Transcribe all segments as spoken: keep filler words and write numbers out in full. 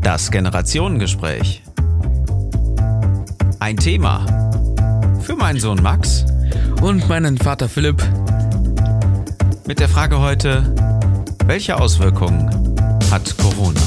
Das Generationengespräch. Ein Thema für meinen Sohn Max und meinen Vater Philipp. Mit der Frage heute, welche Auswirkungen hat Corona?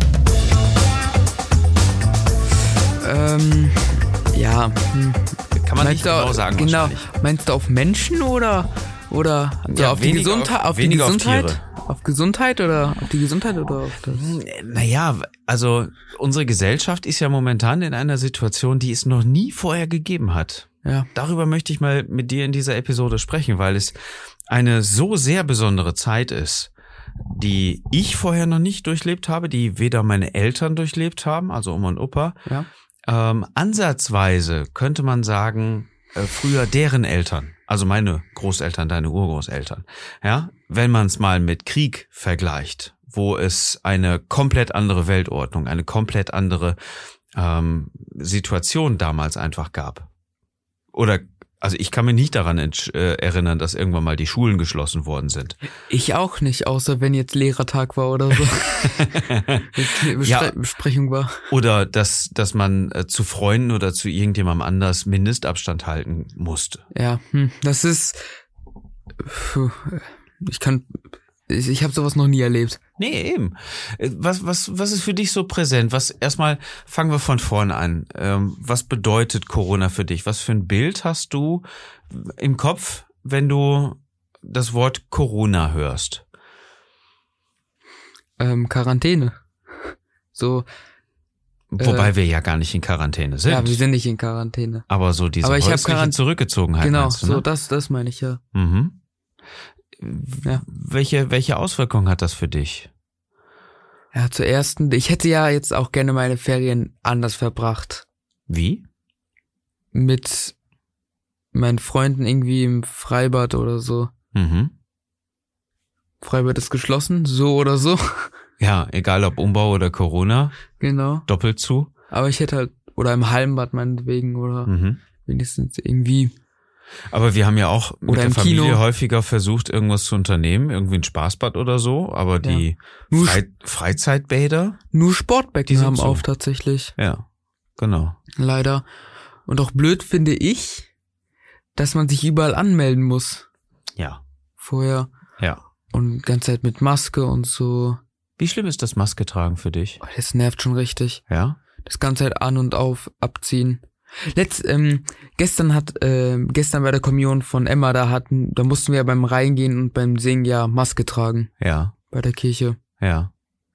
Ähm, ja. Hm. Kann man meinst nicht genau du, sagen genau, wahrscheinlich. Meinst du auf Menschen oder, oder also Ja, auf die Gesundheit? Auf, auf die Gesundheit? Auf Tiere. Auf Gesundheit oder auf die Gesundheit oder auf das? Naja, also unsere Gesellschaft ist ja momentan in einer Situation, die es noch nie vorher gegeben hat. Ja. Darüber möchte ich mal mit dir in dieser Episode sprechen, weil es eine so sehr besondere Zeit ist, die ich vorher noch nicht durchlebt habe, die weder meine Eltern durchlebt haben, also Oma und Opa. Ja. Ähm, ansatzweise könnte man sagen, äh, früher deren Eltern, also meine Großeltern, deine Urgroßeltern. Ja, wenn man es mal mit Krieg vergleicht, wo es eine komplett andere Weltordnung, eine komplett andere ähm, Situation damals einfach gab. Oder Also ich kann mich nicht daran entsch- äh, erinnern, dass irgendwann mal die Schulen geschlossen worden sind. Ich auch nicht, außer wenn jetzt Lehrertag war oder so. Bespre- Ja. Besprechung war. Oder dass dass man äh, zu Freunden oder zu irgendjemandem anders Mindestabstand halten musste. Ja, hm, das ist. Puh, ich kann. Ich, ich habe sowas noch nie erlebt. Nee, eben. Äh, Was was was ist für dich so präsent? Was erstmal fangen wir von vorne an. Ähm, was bedeutet Corona für dich? Was für ein Bild hast du im Kopf, wenn du das Wort Corona hörst? Ähm, Quarantäne. So. Wobei Äh, wir ja gar nicht in Quarantäne sind. Ja, wir sind nicht in Quarantäne. Aber so diese Aber ich hab häusliche Quarant- Zurückgezogenheit, Genau, meinst du, so ne? das, das meine ich ja. Mhm. Ja. Welche, welche Auswirkungen hat das für dich? Ja, zuerst, ich hätte ja jetzt auch gerne meine Ferien anders verbracht. Wie? Mit meinen Freunden irgendwie im Freibad oder so. Mhm. Freibad ist geschlossen, so oder so. Ja, egal ob Umbau oder Corona, Genau. doppelt zu. Aber ich hätte halt, oder im Hallenbad meinetwegen, oder Mhm. wenigstens irgendwie. Aber wir haben ja auch mit Oder der im Familie Kino. häufiger versucht, irgendwas zu unternehmen, irgendwie ein Spaßbad oder so, aber die Nur, Frei- Freizeitbäder, nur Die Sportbecken sind haben so. auf tatsächlich. ja, genau. Leider. Und auch blöd finde ich, dass man sich überall anmelden muss. Ja, Vorher. ja. Und die ganze Zeit mit Maske und so. Wie schlimm ist das Maske tragen für dich? Oh, das nervt schon richtig. Ja? Das ganze Zeit an und auf, abziehen. Letzt, ähm, gestern hat, ähm, gestern bei der Kommunion von Emma, da hatten, da mussten wir ja beim Reingehen und beim Singen ja Maske tragen. Ja, Bei der Kirche. ja.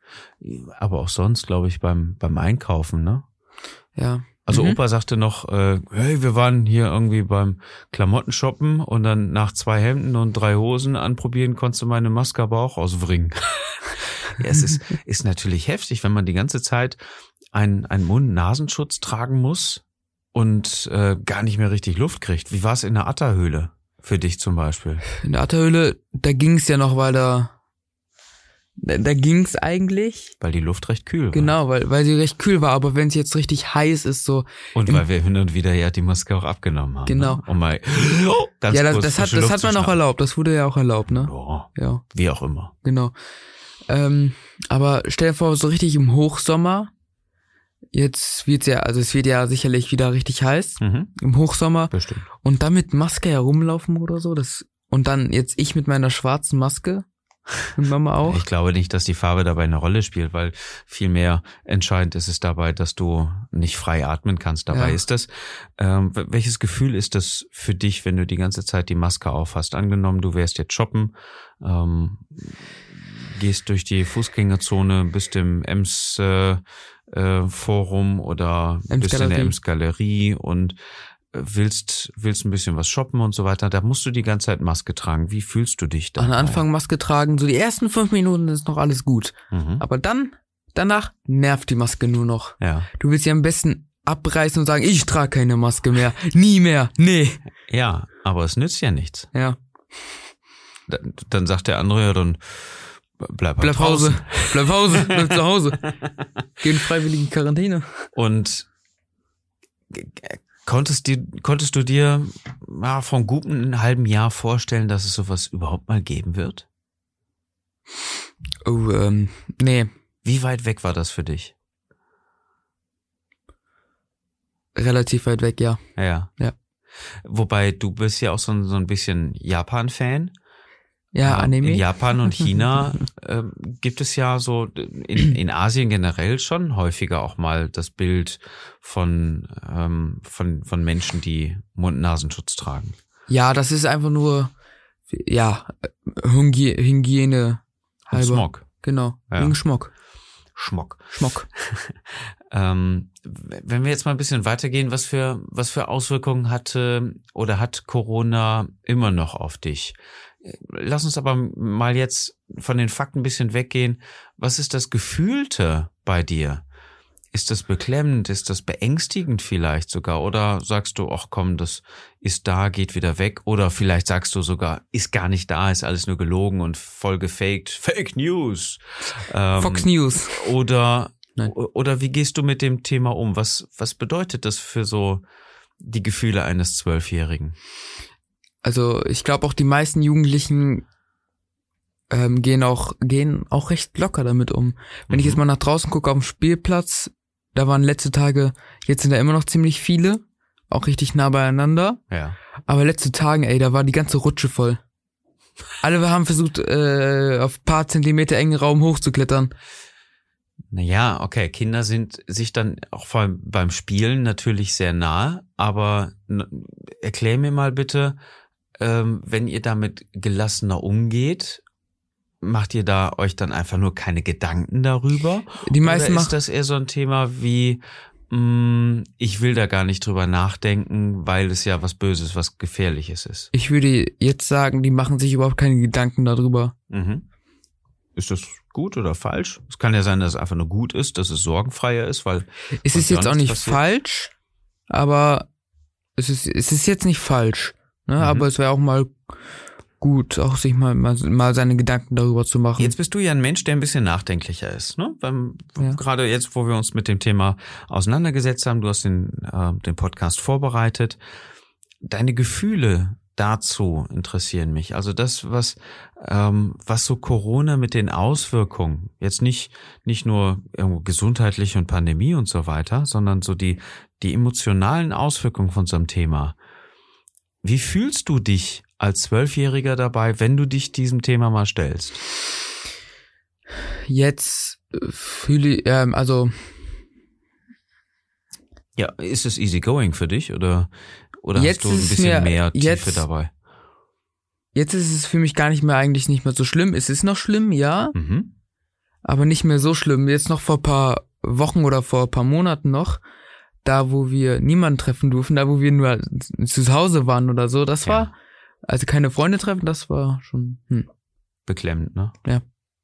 Aber auch sonst, glaube ich, beim beim Einkaufen, ne? Ja. Also Mhm. Opa sagte noch, äh, hey, wir waren hier irgendwie beim Klamottenshoppen und dann nach zwei Hemden und drei Hosen anprobieren, konntest du meine Maske aber auch auswringen. Ja, es ist, ist natürlich heftig, wenn man die ganze Zeit einen, einen Mund-Nasenschutz tragen muss und äh, gar nicht mehr richtig Luft kriegt. Wie war es in der Atterhöhle für dich zum Beispiel? In der Atterhöhle, da ging's ja noch, weil da, da, da ging's eigentlich. Weil die Luft recht kühl war. Genau, weil, weil sie recht kühl war, aber wenn es jetzt richtig heiß ist, so. Und im- weil wir hin und wieder ja die Maske auch abgenommen haben. Genau. Ne? Um mal ganz Ja, das, kurz das hat, frische das Luft hat man zu auch schnappen. erlaubt, das wurde ja auch erlaubt, ne? Ja, Ja, wie auch immer. genau. Ähm, aber stell dir vor, so richtig im Hochsommer, jetzt wird's ja, also es wird ja sicherlich wieder richtig heiß, Mhm, im Hochsommer, bestimmt. und dann mit Maske herumlaufen oder so, das, und dann jetzt ich mit meiner schwarzen Maske, und Mama auch. Ich glaube nicht, dass die Farbe dabei eine Rolle spielt, weil vielmehr entscheidend ist es dabei, dass du nicht frei atmen kannst. Dabei Ja. ist das, ähm, welches Gefühl ist das für dich, wenn du die ganze Zeit die Maske auf hast? Angenommen, du wärst jetzt shoppen, ähm, gehst durch die Fußgängerzone, bist im Ems äh, äh, Forum oder Ems bist in der Galerie. Ems Galerie und äh, willst willst ein bisschen was shoppen und so weiter. Da musst du die ganze Zeit Maske tragen. Wie fühlst du dich da? An Anfang Maske tragen, so die ersten fünf Minuten ist noch alles gut. Mhm. Aber dann, danach nervt die Maske nur noch. Ja. Du willst ja am besten abreißen und sagen, ich trage keine Maske mehr. Nie mehr. Nee. Ja, aber es nützt ja nichts. Ja. Dann, dann sagt der andere ja dann, bleib, halt Bleib Hause. draußen. Bleib Hause. Bleib zu Hause. Geh in freiwillige Quarantäne. Und konntest, dir, konntest du dir ja, vor einem guten halben Jahr vorstellen, dass es sowas überhaupt mal geben wird? Oh, ähm, nee. Wie weit weg war das für dich? relativ weit weg, ja. Ja. Ja. Wobei du bist ja auch so ein, so ein bisschen Japan-Fan. Ja, Anime. In Japan und China äh, gibt es ja so, in, in Asien generell schon häufiger auch mal das Bild von, ähm, von, von Menschen, die Mund-Nasenschutz tragen. Ja, das ist einfach nur, ja, Hygie- Hygiene Und halber. Smog. Genau, Ja. wegen Schmuck. Schmuck. Schmuck. Ähm, wenn wir jetzt mal ein bisschen weitergehen, was für, was für Auswirkungen hatte oder hat Corona immer noch auf dich? Lass uns aber mal jetzt von den Fakten ein bisschen weggehen. Was ist das Gefühlte bei dir? Ist das beklemmend? Ist das beängstigend vielleicht sogar? Oder sagst du, ach komm, das ist da, geht wieder weg? Oder vielleicht sagst du sogar, ist gar nicht da, ist alles nur gelogen und voll gefaked. Fake News. Ähm, Fox News. Oder, Nein. oder wie gehst du mit dem Thema um? Was, was bedeutet das für so die Gefühle eines Zwölfjährigen? Also ich glaube auch die meisten Jugendlichen ähm, gehen auch gehen auch recht locker damit um. Wenn Mhm. ich jetzt mal nach draußen gucke auf dem Spielplatz, da waren letzte Tage, jetzt sind da immer noch ziemlich viele, auch richtig nah beieinander. Ja. Aber letzte Tage, ey, da war die ganze Rutsche voll. Alle haben versucht, äh, auf paar Zentimeter engen Raum hochzuklettern. Naja, okay, Kinder sind sich dann auch vor allem beim Spielen natürlich sehr nahe, aber n- erklär mir mal bitte, ähm, wenn ihr damit gelassener umgeht, macht ihr da euch dann einfach nur keine Gedanken darüber? Die meisten Oder ist machen, das eher so ein Thema wie, mh, ich will da gar nicht drüber nachdenken, weil es ja was Böses, was Gefährliches ist? ich würde jetzt sagen, die machen sich überhaupt keine Gedanken darüber. Mhm. Ist das gut oder falsch? Es kann ja sein, dass es einfach nur gut ist, dass es sorgenfreier ist, weil Es Und ist jetzt sonst auch nicht passiert- falsch, aber es ist, es ist jetzt nicht falsch. Ne? Mhm. Aber es wäre auch mal gut, auch sich mal, mal, mal seine Gedanken darüber zu machen. Jetzt bist du ja ein Mensch, der ein bisschen nachdenklicher ist, ne? Beim, Ja. Gerade jetzt, wo wir uns mit dem Thema auseinandergesetzt haben, du hast den, äh, den Podcast vorbereitet. Deine Gefühle dazu interessieren mich. Also das, was, ähm, was so Corona mit den Auswirkungen, jetzt nicht, nicht nur irgendwo gesundheitliche und Pandemie und so weiter, sondern so die, die emotionalen Auswirkungen von so einem Thema. Wie fühlst du dich als Zwölfjähriger dabei, wenn du dich diesem Thema mal stellst? Jetzt äh, fühle ich, ähm, also Ja, ist es easy going für dich oder, oder Jetzt hast du ein ist es bisschen mir- mehr Tiefe jetzt- dabei? jetzt ist es für mich gar nicht mehr, eigentlich nicht mehr so schlimm. Es ist noch schlimm, ja, Mhm. aber nicht mehr so schlimm. Jetzt noch vor ein paar Wochen oder vor ein paar Monaten noch, da wo wir niemanden treffen durften, da wo wir nur zu Hause waren oder so, das Ja. war, also keine Freunde treffen, das war schon, hm. Beklemmend, ne? Ja.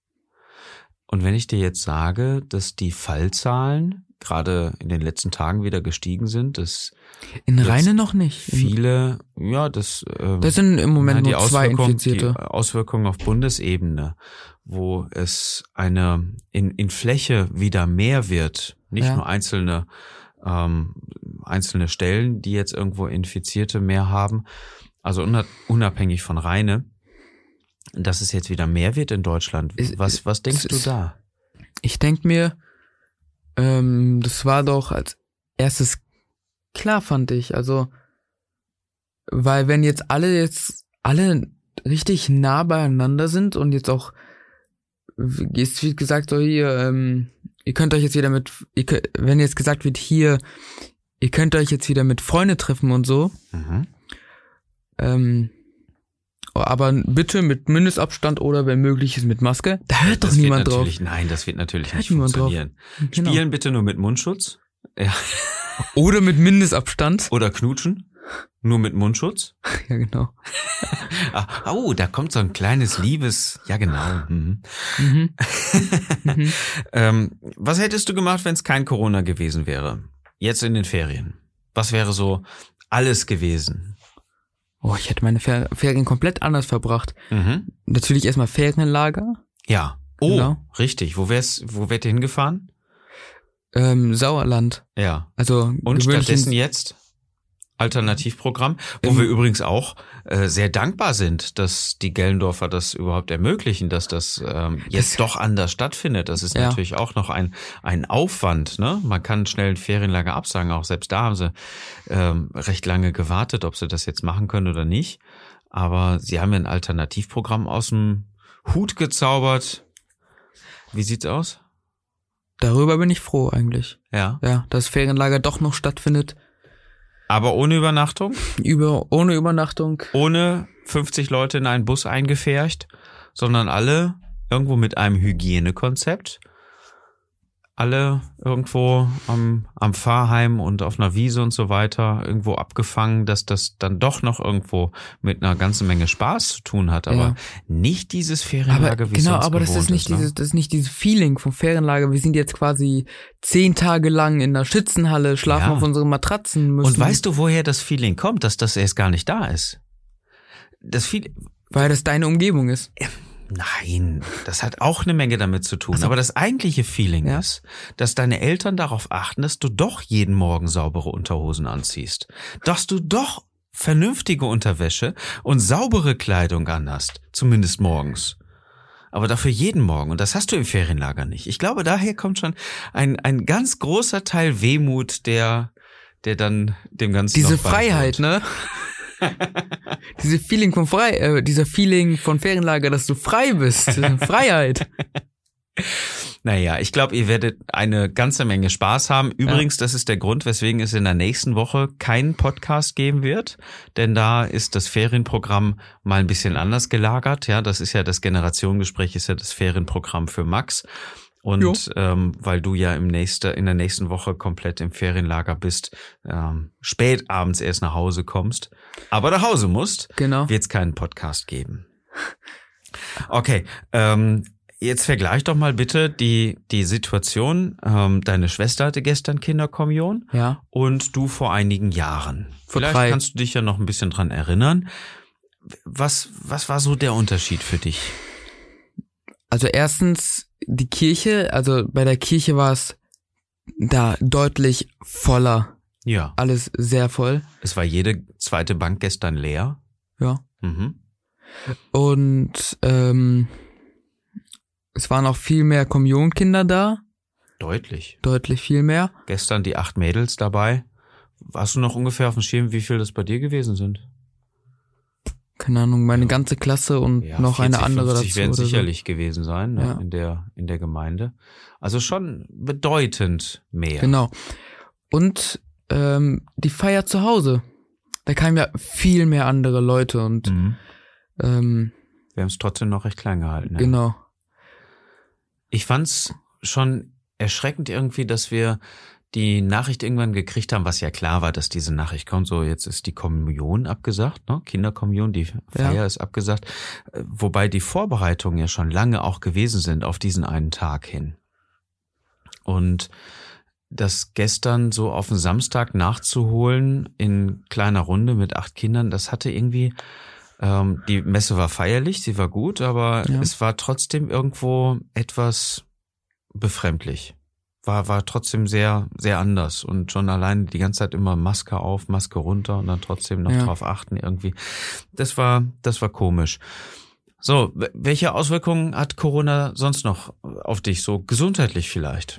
Und wenn ich dir jetzt sage, dass die Fallzahlen gerade in den letzten Tagen wieder gestiegen sind, dass In Jetzt Rheine noch nicht. In, viele, ja, das, ähm, das sind im Moment na, die nur zwei Auswirkungen, Infizierte. die Auswirkungen auf Bundesebene, wo es eine in, in Fläche wieder mehr wird, nicht Ja. nur einzelne ähm, einzelne Stellen, die jetzt irgendwo Infizierte mehr haben, also unab- unabhängig von Rheine, dass es jetzt wieder mehr wird in Deutschland. Es- Was was denkst es du ist- da? Ich denk mir, ähm, das war doch als erstes klar, fand ich. Also, weil wenn jetzt alle jetzt alle richtig nah beieinander sind und jetzt auch, es wird gesagt, so hier, ähm, ihr könnt euch jetzt wieder mit, ihr könnt, wenn jetzt gesagt wird, hier, ihr könnt euch jetzt wieder mit Freunden treffen und so, Mhm. ähm, aber bitte mit Mindestabstand oder wenn möglich ist mit Maske. Da hört doch Das wird niemand drauf. natürlich, nein, das wird natürlich Hört nicht niemand drauf. funktionieren. Genau. Spielen bitte nur mit Mundschutz. Ja. Oder mit Mindestabstand. Oder knutschen. Nur mit Mundschutz. Ja, genau. Ah, oh, da kommt so ein kleines Liebes. Ja, genau. Mhm. Mhm. Mhm. Ähm, was hättest du gemacht, wenn es kein Corona gewesen wäre? Jetzt in den Ferien. Was wäre so alles gewesen? Oh, ich hätte meine Fer Ferien komplett anders verbracht. Mhm. Natürlich erstmal Ferienlager. Ja. Oh, Genau. richtig. Wo wär's, wo wärt ihr hingefahren? Ähm, Sauerland. Ja. Also Und gewöhnlich stattdessen in- jetzt? Alternativprogramm, wo Im- wir übrigens auch äh, sehr dankbar sind, dass die Gellendorfer das überhaupt ermöglichen, dass das ähm, jetzt doch anders stattfindet. Das ist Ja. natürlich auch noch ein ein Aufwand. Ne? Man kann schnell ein Ferienlager absagen. Auch selbst da haben sie ähm, recht lange gewartet, ob sie das jetzt machen können oder nicht. Aber sie haben ja ein Alternativprogramm aus dem Hut gezaubert. Wie sieht's aus? Darüber bin ich froh eigentlich. Ja. Ja, dass das Ferienlager doch noch stattfindet. Aber ohne Übernachtung? Über, ohne Übernachtung. Ohne fünfzig Leute in einen Bus eingepfercht, sondern alle irgendwo mit einem Hygienekonzept. Alle irgendwo am, am Pfarrheim und auf einer Wiese und so weiter irgendwo abgefangen, dass das dann doch noch irgendwo mit einer ganzen Menge Spaß zu tun hat, aber Ja. nicht dieses Ferienlager, Aber wie es genau, sonst aber das gewohnt ist nicht ne? dieses, das ist nicht dieses Feeling vom Ferienlager. Wir sind jetzt quasi zehn Tage lang in der Schützenhalle, schlafen Ja. auf unseren Matratzen, müssen. Und weißt du, woher das Feeling kommt, dass das erst gar nicht da ist? Das Feeling, weil das deine Umgebung ist. nein, das hat auch eine Menge damit zu tun. Ach so. Aber das eigentliche Feeling Ja. ist, dass deine Eltern darauf achten, dass du doch jeden Morgen saubere Unterhosen anziehst. Dass du doch vernünftige Unterwäsche und saubere Kleidung anhast. Zumindest morgens. Aber dafür jeden Morgen. Und das hast du im Ferienlager nicht. Ich glaube, daher kommt schon ein, ein ganz großer Teil Wehmut, der, der dann dem Ganzen Diese noch Freiheit, beiträgt. ne? Diese Feeling von frei, äh, dieser Feeling von Ferienlager, dass du frei bist. Freiheit. Naja, ich glaube, ihr werdet eine ganze Menge Spaß haben. Übrigens, das ist der Grund, weswegen es in der nächsten Woche keinen Podcast geben wird, denn da ist das Ferienprogramm mal ein bisschen anders gelagert. Ja, das ist ja das Generationengespräch, ist ja das Ferienprogramm für Max. Und ähm, weil du ja im nächste, in der nächsten Woche komplett im Ferienlager bist, ähm, spät abends erst nach Hause kommst, aber nach Hause musst, Genau. wird es keinen Podcast geben. Okay, ähm, jetzt vergleich doch mal bitte die die Situation. Ähm, deine Schwester hatte gestern Kinderkommunion Ja. und du vor einigen Jahren. Vor Vielleicht drei. kannst du dich ja noch ein bisschen dran erinnern. Was was war so der Unterschied für dich? Also erstens die Kirche, also bei der Kirche war es da deutlich voller. Ja, Alles sehr voll. es war jede zweite Bank gestern leer. Ja. Mhm. Und ähm, es waren auch viel mehr Kommunionkinder da. Deutlich. Deutlich viel mehr. Gestern die acht Mädels dabei. Hast du noch ungefähr auf dem Schirm, wie viel das bei dir gewesen sind? Keine Ahnung, meine ganze Klasse und Ja, noch eine vierzig, andere fünfzig dazu. werden oder so. sicherlich gewesen sein, ne, Ja. in der in der Gemeinde. Also schon bedeutend mehr. Genau. Und ähm, die Feier zu Hause. Da kamen ja viel mehr andere Leute und Mhm. ähm, Wir haben es trotzdem noch recht klein gehalten. Ja. genau. Ich fand's schon erschreckend irgendwie, dass wir die Nachricht irgendwann gekriegt haben, was ja klar war, dass diese Nachricht kommt. So, jetzt ist die Kommunion abgesagt, ne? Kinderkommunion, die Feier Ja. ist abgesagt. Äh, Wobei die Vorbereitungen ja schon lange auch gewesen sind auf diesen einen Tag hin. Und das gestern so auf den Samstag nachzuholen in kleiner Runde mit acht Kindern, das hatte irgendwie, ähm, die Messe war feierlich, sie war gut, aber Ja. es war trotzdem irgendwo etwas befremdlich. War, war trotzdem sehr, sehr anders und schon allein die ganze Zeit immer Maske auf, Maske runter und dann trotzdem noch Ja. drauf achten irgendwie. Das war, das war komisch. So, w- welche Auswirkungen hat Corona sonst noch auf dich, so gesundheitlich vielleicht?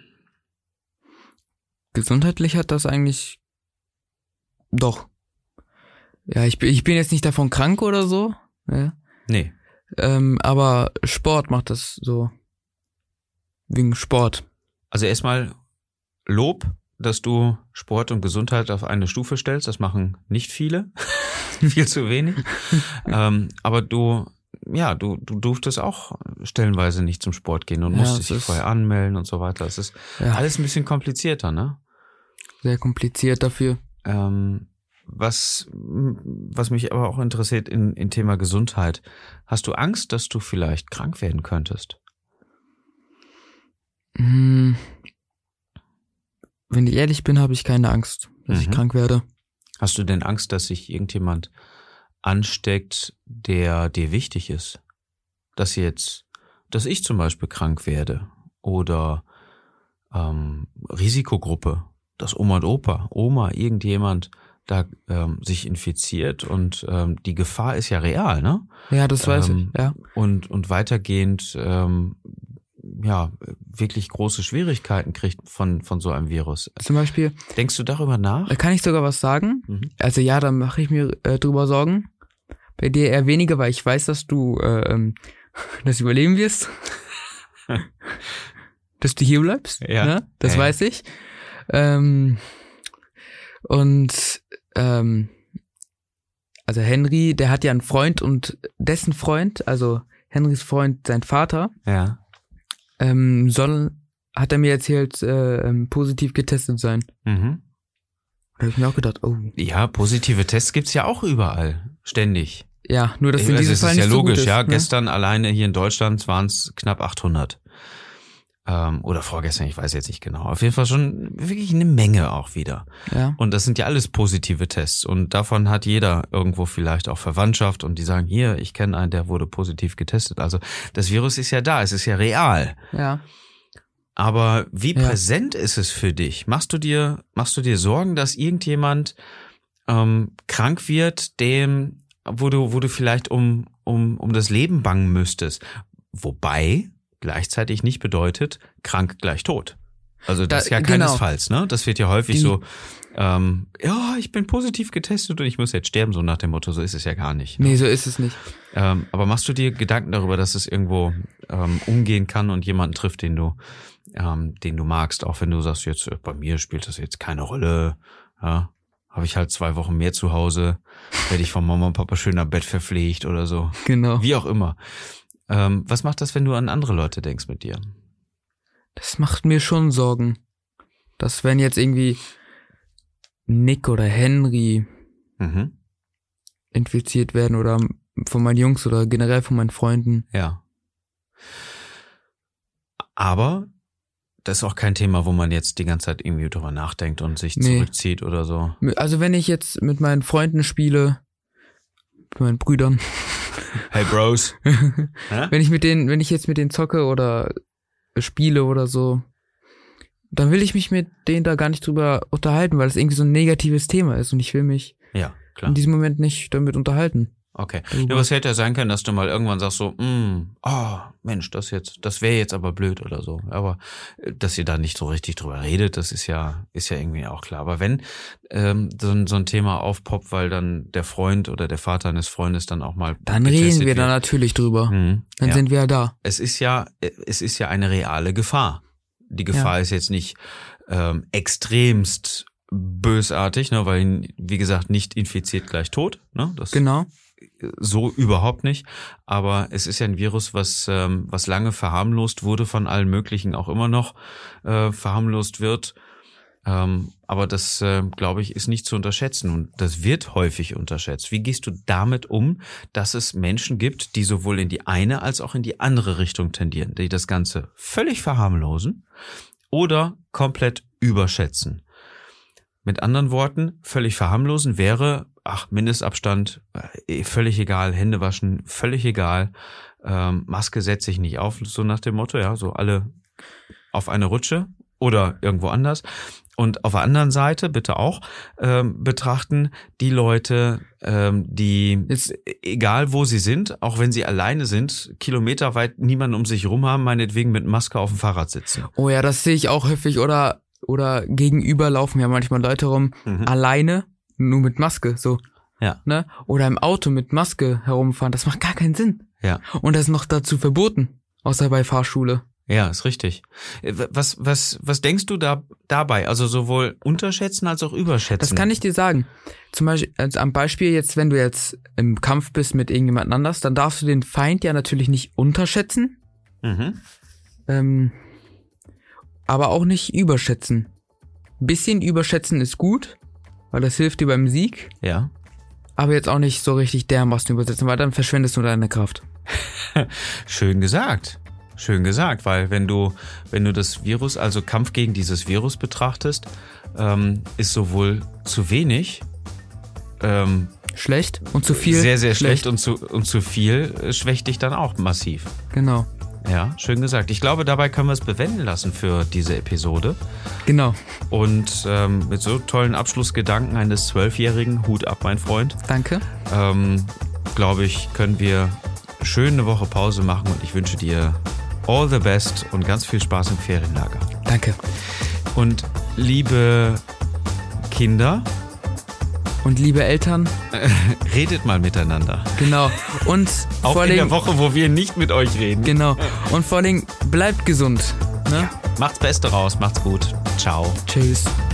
Gesundheitlich hat das eigentlich doch. Ja, ich bin, ich bin jetzt nicht davon krank oder so. Ja. Nee. Ähm, aber Sport macht das so. Wegen Sport. Also erstmal Lob, dass du Sport und Gesundheit auf eine Stufe stellst. Das machen nicht viele. Viel zu wenig. ähm, aber du, ja, du, du durftest auch stellenweise nicht zum Sport gehen und Ja, musstest es dich ist- vorher anmelden und so weiter. Es ist Ja, alles ein bisschen komplizierter, ne? sehr kompliziert dafür. Ähm, was, was mich aber auch interessiert in, in Thema Gesundheit. Hast du Angst, dass du vielleicht krank werden könntest? Hm. Wenn ich ehrlich bin, habe ich keine Angst, dass ich Mhm. krank werde. Hast du denn Angst, dass sich irgendjemand ansteckt, der dir wichtig ist? Dass jetzt, dass ich zum Beispiel krank werde oder ähm, Risikogruppe, dass Oma und Opa, Oma, irgendjemand da ähm, sich infiziert und ähm, die Gefahr ist ja real, ne? Ja, das weiß ähm, ich, ja. Und, und weitergehend ähm, ja wirklich große Schwierigkeiten kriegt von, von so einem Virus. Zum Beispiel. Denkst du darüber nach? Da kann ich sogar was sagen. Mhm. Also ja, da mache ich mir äh, drüber Sorgen. Bei dir eher weniger, weil ich weiß, dass du äh, ähm, das überleben wirst. Dass du hier bleibst. Ja. Ne? Das ja, weiß ich. Ähm, und ähm, also Henry, der hat ja einen Freund und dessen Freund, also Henrys Freund, sein Vater, ja. ähm, soll, hat er mir erzählt, äh, ähm, positiv getestet sein. Mhm. Da habe ich mir auch gedacht, oh. Ja, positive Tests gibt's ja auch überall, ständig. Ja, nur dass in Also diesem es Fall ist nicht ja so logisch, gut ist, ja. ne? Gestern alleine hier in Deutschland waren es knapp achthundert. Ähm, oder vorgestern, ich weiß jetzt nicht genau. Auf jeden Fall schon wirklich eine Menge auch wieder. Ja. Und das sind ja alles positive Tests. Und davon hat jeder irgendwo vielleicht auch Verwandtschaft und die sagen, hier, ich kenne einen, der wurde positiv getestet. Also das Virus ist ja da, es ist ja real. Ja. Aber wie Ja. präsent ist es für dich? Machst du dir, machst du dir Sorgen, dass irgendjemand ähm, krank wird, dem, wo du, wo du vielleicht um, um, um das Leben bangen müsstest? Wobei gleichzeitig nicht bedeutet, krank gleich tot. Also das Da- ist ja genau. keinesfalls, ne? Das wird ja häufig Die- so, ähm, ja, ich bin positiv getestet und ich muss jetzt sterben, so nach dem Motto, so ist es ja gar nicht. Nee, so ist es nicht. Ähm, aber machst du dir Gedanken darüber, dass es irgendwo ähm, umgehen kann und jemanden trifft, den du, ähm, den du magst, auch wenn du sagst, jetzt äh, bei mir spielt das jetzt keine Rolle, ja, habe ich halt zwei Wochen mehr zu Hause, werde ich von Mama und Papa schön am Bett verpflegt oder so, Genau. wie auch immer. Ähm, was macht das, wenn du an andere Leute denkst mit dir? Das macht mir schon Sorgen. Dass wenn jetzt irgendwie Nick oder Henry Mhm. infiziert werden oder von meinen Jungs oder generell von meinen Freunden. Ja. Aber das ist auch kein Thema, wo man jetzt die ganze Zeit irgendwie drüber nachdenkt und sich Nee. zurückzieht oder so. Also wenn ich jetzt mit meinen Freunden spiele, mit meinen Brüdern, Hey Bros. Hä? wenn ich mit denen, wenn ich jetzt mit denen zocke oder spiele oder so, dann will ich mich mit denen da gar nicht drüber unterhalten, weil es irgendwie so ein negatives Thema ist und ich will mich Ja, klar. in diesem Moment nicht damit unterhalten. Okay. Darüber. Ja, was hätte ja sein können, dass du mal irgendwann sagst so, mm, oh, Mensch, das jetzt, das wäre jetzt aber blöd oder so. Aber äh, dass ihr da nicht so richtig drüber redet, das ist ja, ist ja irgendwie auch klar. Aber wenn ähm, so, ein, so ein Thema aufpoppt, weil dann der Freund oder der Vater eines Freundes dann auch mal Dann getestet reden wir wird. da natürlich drüber. Mhm, Dann ja. sind wir ja da. Es ist ja, es ist ja eine reale Gefahr. Die Gefahr ist jetzt nicht ähm, extremst bösartig, ne, weil, wie gesagt, nicht infiziert gleich tot, ne, das Genau. so überhaupt nicht. Aber es ist ja ein Virus, was ähm, was lange verharmlost wurde von allen möglichen, auch immer noch äh, verharmlost wird. Ähm, aber das, äh, glaube ich, ist nicht zu unterschätzen und das wird häufig unterschätzt. Wie gehst du damit um, dass es Menschen gibt, die sowohl in die eine als auch in die andere Richtung tendieren, die das Ganze völlig verharmlosen oder komplett überschätzen? Mit anderen Worten, völlig verharmlosen wäre, ach, Mindestabstand, äh, völlig egal, Hände waschen, völlig egal, ähm, Maske setze ich nicht auf, so nach dem Motto, ja, so alle auf eine Rutsche oder irgendwo anders. Und auf der anderen Seite bitte auch ähm, betrachten die Leute, ähm, die, Jetzt- egal wo sie sind, auch wenn sie alleine sind, kilometerweit niemanden um sich rum haben, meinetwegen mit Maske auf dem Fahrrad sitzen. Oh ja, das sehe ich auch häufig. Oder oder gegenüber laufen ja manchmal Leute rum, Mhm. alleine, nur mit Maske, so. Ja. Ne? Oder im Auto mit Maske herumfahren. Das macht gar keinen Sinn. Ja. Und das ist noch dazu verboten. Außer bei Fahrschule. Ja, ist richtig. Äh, Was, was, was denkst du da dabei? Also sowohl unterschätzen als auch überschätzen? Das kann ich dir sagen. Zum Beispiel, also am Beispiel jetzt, wenn du jetzt im Kampf bist mit irgendjemand anders, dann darfst du den Feind ja natürlich nicht unterschätzen, Mhm. ähm, aber auch nicht überschätzen. Ein bisschen überschätzen ist gut, weil das hilft dir beim Sieg, Ja. aber jetzt auch nicht so richtig dermaßen übersetzen, weil dann verschwendest du deine Kraft. Schön gesagt. Schön gesagt, weil wenn du, wenn du das Virus, also Kampf gegen dieses Virus betrachtest, ähm, ist sowohl zu wenig, ähm, Schlecht und zu viel. sehr, sehr schlecht, und zu, und zu viel äh, schwächt dich dann auch massiv. Genau. Ja, schön gesagt. Ich glaube, dabei können wir es bewenden lassen für diese Episode. Genau. Und ähm, mit so tollen Abschlussgedanken eines Zwölfjährigen, Hut ab, mein Freund. Danke. Ähm, glaube ich, können wir schön eine Woche Pause machen und ich wünsche dir all the best und ganz viel Spaß im Ferienlager. Danke. Und liebe Kinder, und liebe Eltern, redet mal miteinander. Genau. Und auch vor in allem, der Woche, wo wir nicht mit euch reden. Genau. Und vor allem bleibt gesund. Ne? Ja. Macht's Beste raus, macht's gut. Ciao. Tschüss.